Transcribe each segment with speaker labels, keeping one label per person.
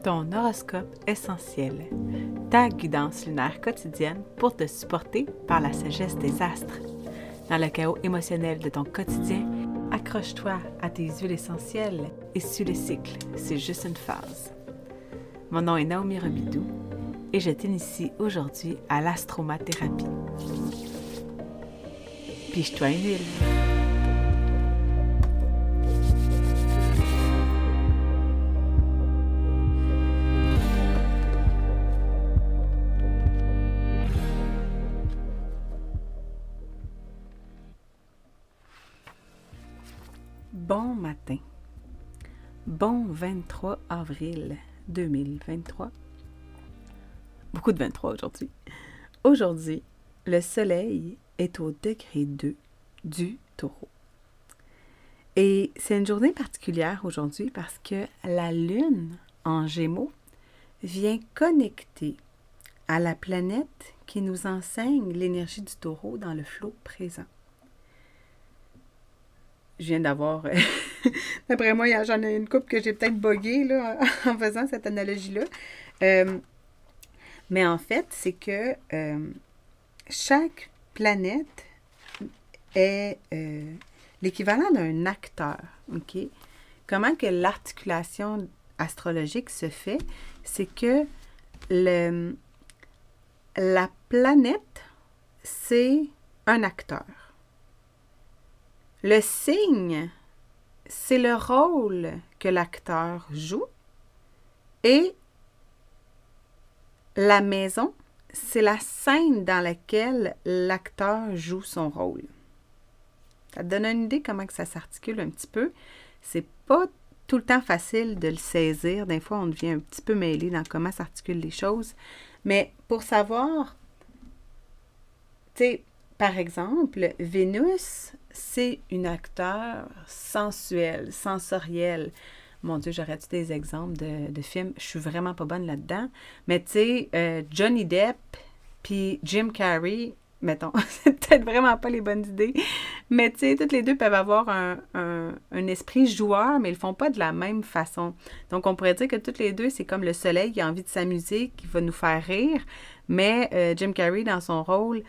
Speaker 1: ton horoscope essentiel, ta guidance lunaire quotidienne pour te supporter par la sagesse des astres. Dans le chaos émotionnel de ton quotidien, accroche-toi à tes huiles essentielles et suis le cycle, c'est juste une phase. Mon nom est Naomi Robidou et je t'initie aujourd'hui à l'astromathérapie. Piche-toi une huile. Bon matin. Bon 23 avril 2023. Beaucoup de 23 aujourd'hui. Aujourd'hui, le soleil est au degré 2 du Taureau. Et c'est une journée particulière aujourd'hui parce que la Lune en Gémeaux vient connecter à la planète qui nous enseigne l'énergie du Taureau dans le flot présent. Je viens d'avoir, d'après moi, j'en ai une couple que j'ai peut-être buggée là, en faisant cette analogie-là. Mais en fait, c'est que chaque planète est l'équivalent d'un acteur. OK? Comment que l'articulation astrologique se fait? C'est que la planète, c'est un acteur. Le signe, c'est le rôle que l'acteur joue et la maison, c'est la scène dans laquelle l'acteur joue son rôle. Ça te donne une idée comment que ça s'articule un petit peu. C'est pas tout le temps facile de le saisir. Des fois, on devient un petit peu mêlé dans comment s'articulent les choses. Mais pour savoir, tu sais, par exemple, Vénus, c'est une acteur sensuelle, sensorielle. Mon Dieu, j'aurais dû des exemples de films. Je suis vraiment pas bonne là-dedans. Mais tu sais, Johnny Depp puis Jim Carrey, mettons, c'est peut-être vraiment pas les bonnes idées. Mais tu sais, toutes les deux peuvent avoir un esprit joueur, mais ils le font pas de la même façon. Donc, on pourrait dire que toutes les deux, c'est comme le soleil qui a envie de s'amuser, qui va nous faire rire. Mais Jim Carrey, dans son rôle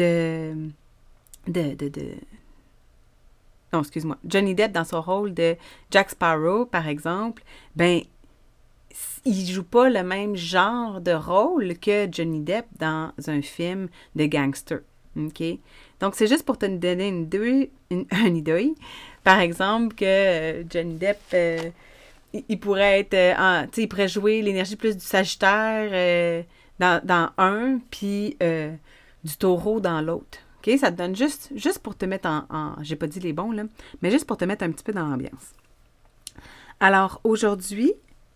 Speaker 1: non, excuse-moi. Johnny Depp, dans son rôle de Jack Sparrow, par exemple, ben, il joue pas le même genre de rôle que Johnny Depp dans un film de gangster. OK? Donc, c'est juste pour te donner une idée. Par exemple, que Johnny Depp, il pourrait être, tu sais, il pourrait jouer l'énergie plus du Sagittaire dans un, puis du Taureau dans l'autre. OK? Ça te donne juste pour te mettre j'ai pas dit les bons, là, mais juste pour te mettre un petit peu dans l'ambiance. Alors, aujourd'hui,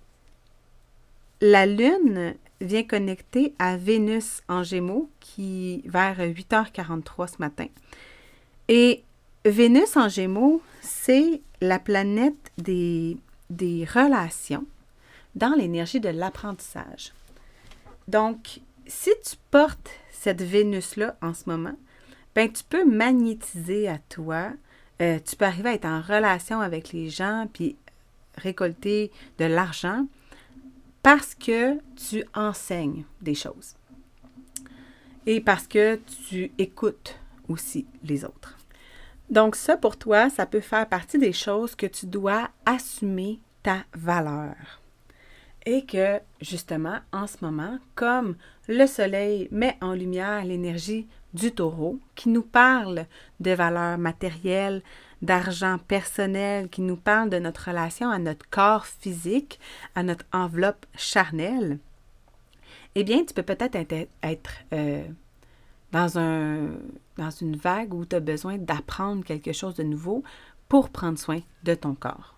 Speaker 1: la Lune vient connecter à Vénus en Gémeaux, qui vers 8h43 ce matin. Et Vénus en Gémeaux, c'est la planète des relations dans l'énergie de l'apprentissage. Donc, si tu portes cette Vénus-là en ce moment, ben tu peux magnétiser à toi, tu peux arriver à être en relation avec les gens puis récolter de l'argent parce que tu enseignes des choses et parce que tu écoutes aussi les autres. Donc ça, pour toi, ça peut faire partie des choses que tu dois assumer ta valeur. Et que, justement, en ce moment, comme le soleil met en lumière l'énergie du Taureau, qui nous parle de valeurs matérielles, d'argent personnel, qui nous parle de notre relation à notre corps physique, à notre enveloppe charnelle, eh bien, tu peux peut-être être dans une vague où tu as besoin d'apprendre quelque chose de nouveau pour prendre soin de ton corps.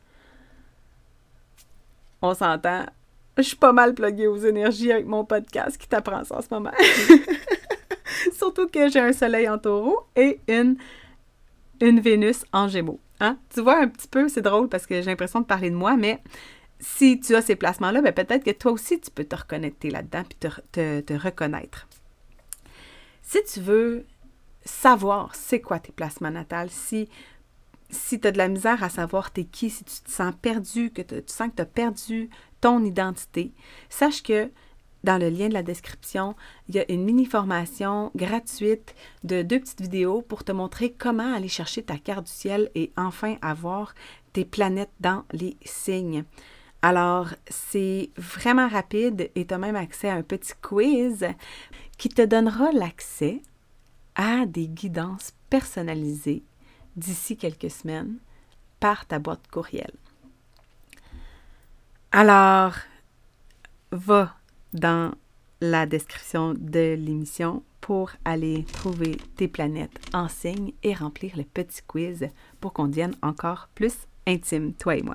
Speaker 1: On s'entend, je suis pas mal pluguée aux énergies avec mon podcast qui t'apprend ça en ce moment. Surtout que j'ai un soleil en Taureau et une Vénus en Gémeaux. Hein? Tu vois un petit peu, c'est drôle parce que j'ai l'impression de parler de moi, mais si tu as ces placements-là, ben peut-être que toi aussi, tu peux te reconnecter là-dedans puis te reconnaître. Si tu veux savoir c'est quoi tes placements natals, si tu as de la misère à savoir t'es qui, si tu te sens perdu, que tu sens que tu as perdu ton identité, sache que dans le lien de la description, il y a une mini-formation gratuite de 2 petites vidéos pour te montrer comment aller chercher ta carte du ciel et enfin avoir tes planètes dans les signes. Alors, c'est vraiment rapide et tu as même accès à un petit quiz qui te donnera l'accès à des guidances personnalisées d'ici quelques semaines par ta boîte courriel. Alors, va dans la description de l'émission pour aller trouver tes planètes en signe et remplir le petit quiz pour qu'on devienne encore plus intime, toi et moi.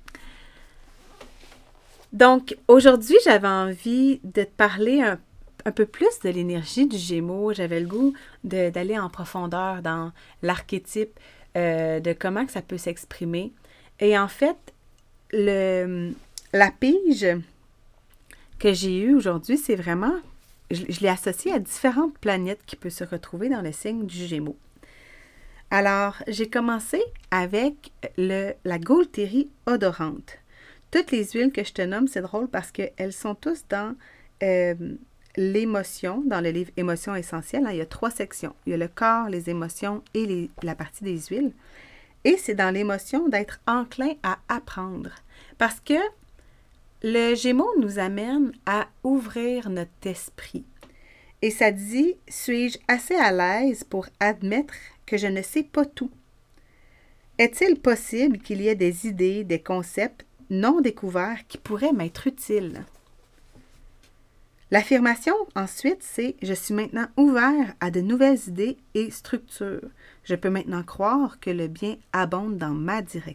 Speaker 1: Donc, aujourd'hui, j'avais envie de te parler un peu plus de l'énergie du Gémeaux. J'avais le goût d'aller en profondeur dans l'archétype, de comment que ça peut s'exprimer. Et en fait, la pige que j'ai eue aujourd'hui, c'est vraiment, je l'ai associée à différentes planètes qui peuvent se retrouver dans le signe du Gémeaux. Alors, j'ai commencé avec la Gaultérie odorante. Toutes les huiles que je te nomme, c'est drôle parce qu'elles sont tous dans l'émotion, dans le livre Émotions essentielles. Hein, il y a 3 sections. Il y a le corps, les émotions et la partie des huiles. Et c'est dans l'émotion d'être enclin à apprendre. Parce que le Gémeaux nous amène à ouvrir notre esprit. Et ça dit, suis-je assez à l'aise pour admettre que je ne sais pas tout? Est-il possible qu'il y ait des idées, des concepts non découverts qui pourraient m'être utiles? L'affirmation, ensuite, c'est « Je suis maintenant ouvert à de nouvelles idées et structures. Je peux maintenant croire que le bien abonde dans ma direction. »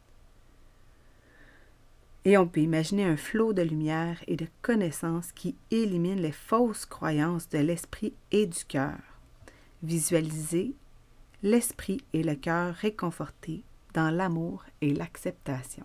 Speaker 1: Et on peut imaginer un flot de lumière et de connaissances qui élimine les fausses croyances de l'esprit et du cœur. Visualiser l'esprit et le cœur réconfortés dans l'amour et l'acceptation.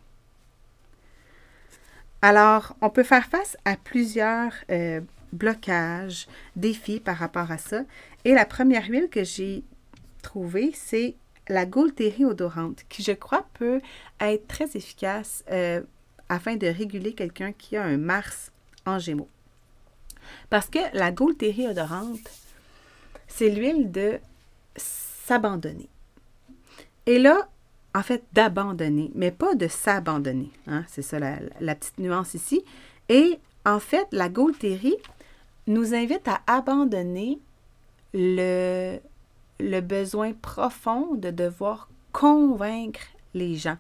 Speaker 1: Alors, on peut faire face à plusieurs blocages, défis par rapport à ça. Et la première huile que j'ai trouvée, c'est la Gaultérie odorante, qui, je crois, peut être très efficace afin de réguler quelqu'un qui a un Mars en Gémeaux. Parce que la Gaultérie odorante, c'est l'huile de s'abandonner. Et là, en fait, d'abandonner, mais pas de s'abandonner. Hein? C'est ça la petite nuance ici. Et en fait, la Gaultérie nous invite à abandonner le besoin profond de devoir convaincre les gens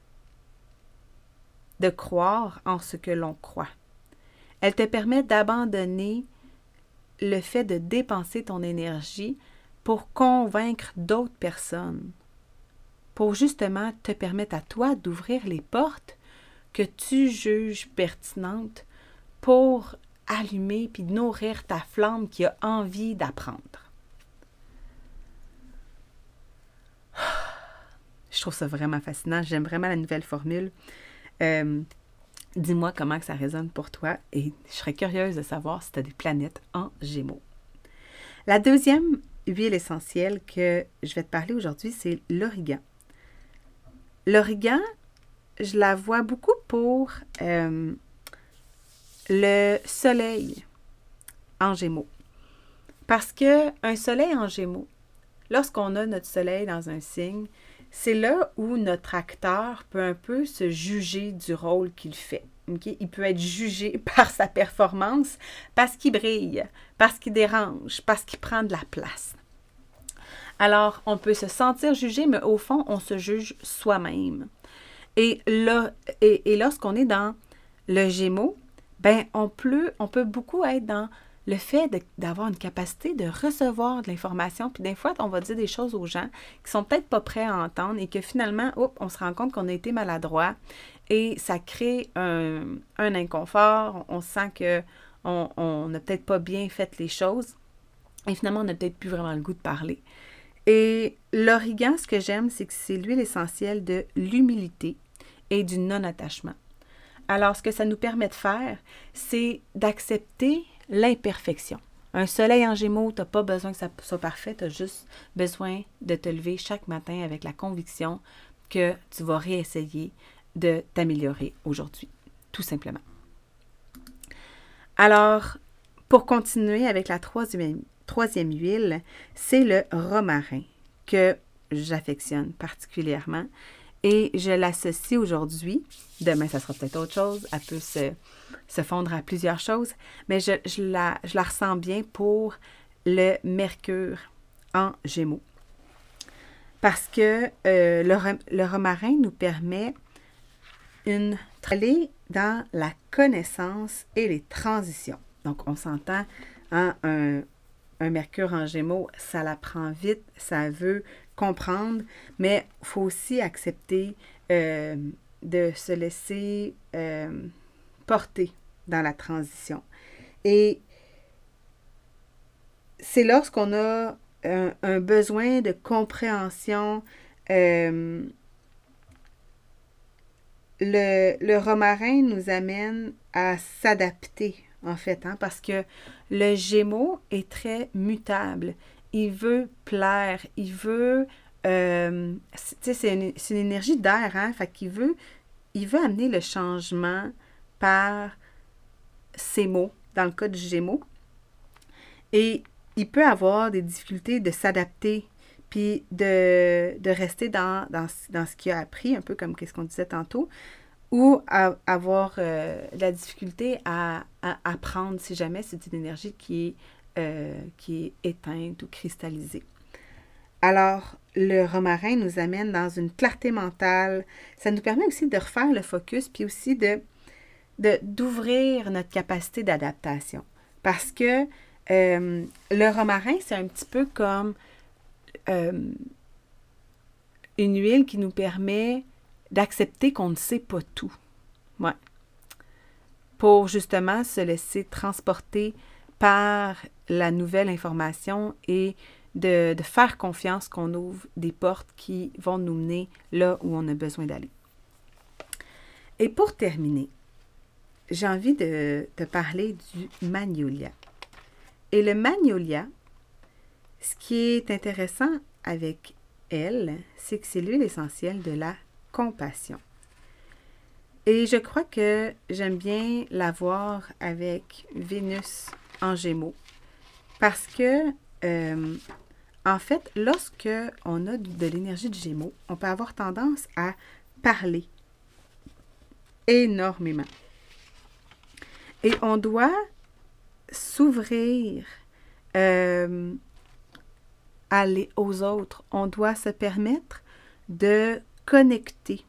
Speaker 1: de croire en ce que l'on croit. Elle te permet d'abandonner le fait de dépenser ton énergie pour convaincre d'autres personnes, pour justement te permettre à toi d'ouvrir les portes que tu juges pertinentes pour allumer puis nourrir ta flamme qui a envie d'apprendre. Je trouve ça vraiment fascinant. J'aime vraiment la nouvelle formule. Dis-moi comment que ça résonne pour toi et je serais curieuse de savoir si tu as des planètes en Gémeaux. La deuxième huile essentielle que je vais te parler aujourd'hui, c'est l'origan. L'origan, je la vois beaucoup pour le soleil en Gémeaux. Parce qu'un soleil en Gémeaux, lorsqu'on a notre soleil dans un signe, c'est là où notre acteur peut un peu se juger du rôle qu'il fait. Okay? Il peut être jugé par sa performance parce qu'il brille, parce qu'il dérange, parce qu'il prend de la place. Alors, on peut se sentir jugé, mais au fond, on se juge soi-même. Et lorsqu'on est dans le Gémeaux, ben on peut beaucoup être dans le fait d'avoir une capacité de recevoir de l'information, puis des fois, on va dire des choses aux gens qui sont peut-être pas prêts à entendre et que finalement, on se rend compte qu'on a été maladroit et ça crée un inconfort. On sent qu'on n'a peut-être pas bien fait les choses et finalement, on n'a peut-être plus vraiment le goût de parler. Et l'origan, ce que j'aime, c'est que c'est l'huile essentielle de l'humilité et du non-attachement. Alors, ce que ça nous permet de faire, c'est d'accepter l'imperfection. Un soleil en Gémeaux, tu n'as pas besoin que ça soit parfait, tu as juste besoin de te lever chaque matin avec la conviction que tu vas réessayer de t'améliorer aujourd'hui. tout simplement. Alors, pour continuer avec la troisième huile, c'est le romarin que j'affectionne particulièrement et je l'associe aujourd'hui. Demain, ça sera peut-être autre chose. Elle peut se fondre à plusieurs choses, mais je la ressens bien pour le mercure en Gémeaux. Parce que le romarin nous permet d'aller dans la connaissance et les transitions. Donc, on s'entend, hein, un mercure en Gémeaux, ça l'apprend vite, ça veut comprendre, mais il faut aussi accepter de se laisser porter dans la transition. Et c'est lorsqu'on a un besoin de compréhension, le romarin nous amène à s'adapter, en fait, hein, parce que le Gémeaux est très mutable. Il veut plaire, il veut... tu sais, c'est une énergie d'air, hein, fait qu'il veut amener le changement par ses mots, dans le cas du Gémeaux. Et il peut avoir des difficultés de s'adapter, puis de rester dans ce qu'il a appris, un peu comme ce qu'on disait tantôt, ou avoir de la difficulté à apprendre si jamais c'est une énergie qui est éteinte ou cristallisée. Alors, le romarin nous amène dans une clarté mentale. Ça nous permet aussi de refaire le focus, puis aussi d'ouvrir notre capacité d'adaptation. Parce que le romarin, c'est un petit peu comme une huile qui nous permet d'accepter qu'on ne sait pas tout. Ouais. Pour justement se laisser transporter par la nouvelle information et de faire confiance qu'on ouvre des portes qui vont nous mener là où on a besoin d'aller. Et pour terminer, j'ai envie de te parler du magnolia. Et le magnolia, ce qui est intéressant avec elle, c'est que c'est l'huile essentielle de la compassion. Et je crois que j'aime bien la voir avec Vénus en Gémeaux parce que, en fait, lorsque on a de l'énergie de Gémeaux, on peut avoir tendance à parler énormément. Et on doit s'ouvrir aux autres. On doit se permettre de connecter,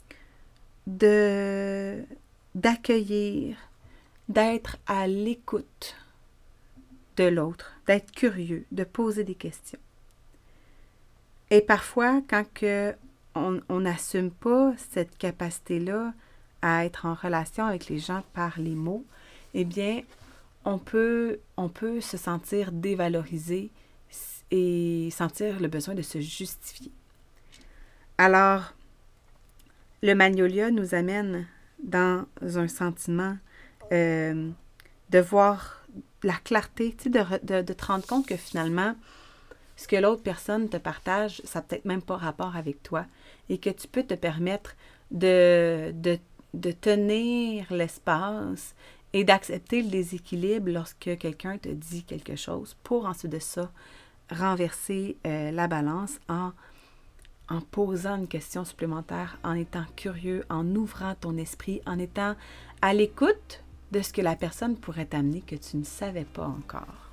Speaker 1: d'accueillir, d'être à l'écoute de l'autre, d'être curieux, de poser des questions. Et parfois, quand on n'assume pas cette capacité-là à être en relation avec les gens par les mots, eh bien, on peut se sentir dévalorisé et sentir le besoin de se justifier. Alors, le magnolia nous amène dans un sentiment de voir la clarté, tu sais, de te rendre compte que finalement, ce que l'autre personne te partage, ça n'a peut-être même pas rapport avec toi et que tu peux te permettre de tenir l'espace et d'accepter le déséquilibre lorsque quelqu'un te dit quelque chose pour ensuite de ça renverser la balance en posant une question supplémentaire, en étant curieux, en ouvrant ton esprit, en étant à l'écoute de ce que la personne pourrait t'amener que tu ne savais pas encore.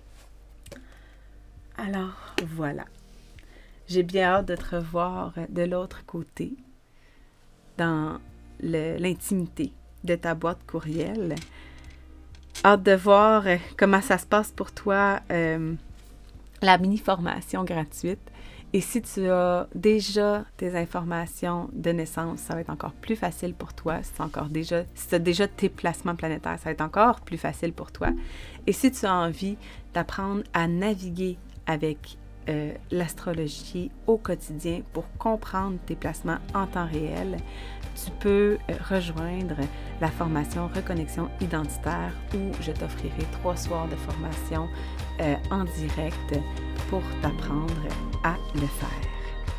Speaker 1: Alors, voilà. J'ai bien hâte de te revoir de l'autre côté, dans l'intimité de ta boîte courriel. Hâte de voir comment ça se passe pour toi, la mini-formation gratuite. Et si tu as déjà tes informations de naissance, ça va être encore plus facile pour toi. Si tu as déjà tes placements planétaires, ça va être encore plus facile pour toi. Et si tu as envie d'apprendre à naviguer avec l'astrologie au quotidien pour comprendre tes placements en temps réel, tu peux rejoindre la formation Reconnexion identitaire où je t'offrirai 3 soirs de formation en direct pour t'apprendre à le faire.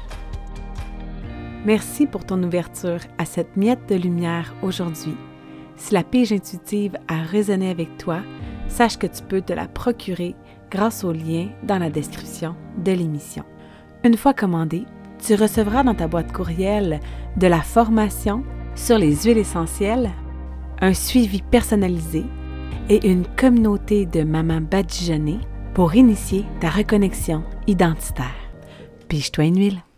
Speaker 1: Merci pour ton ouverture à cette miette de lumière aujourd'hui. Si la pige intuitive a résonné avec toi, sache que tu peux te la procurer grâce au lien dans la description de l'émission. Une fois commandée, tu recevras dans ta boîte courriel de la formation sur les huiles essentielles, un suivi personnalisé et une communauté de mamans badigeonnées pour initier ta reconnexion identitaire. Pige-toi une huile.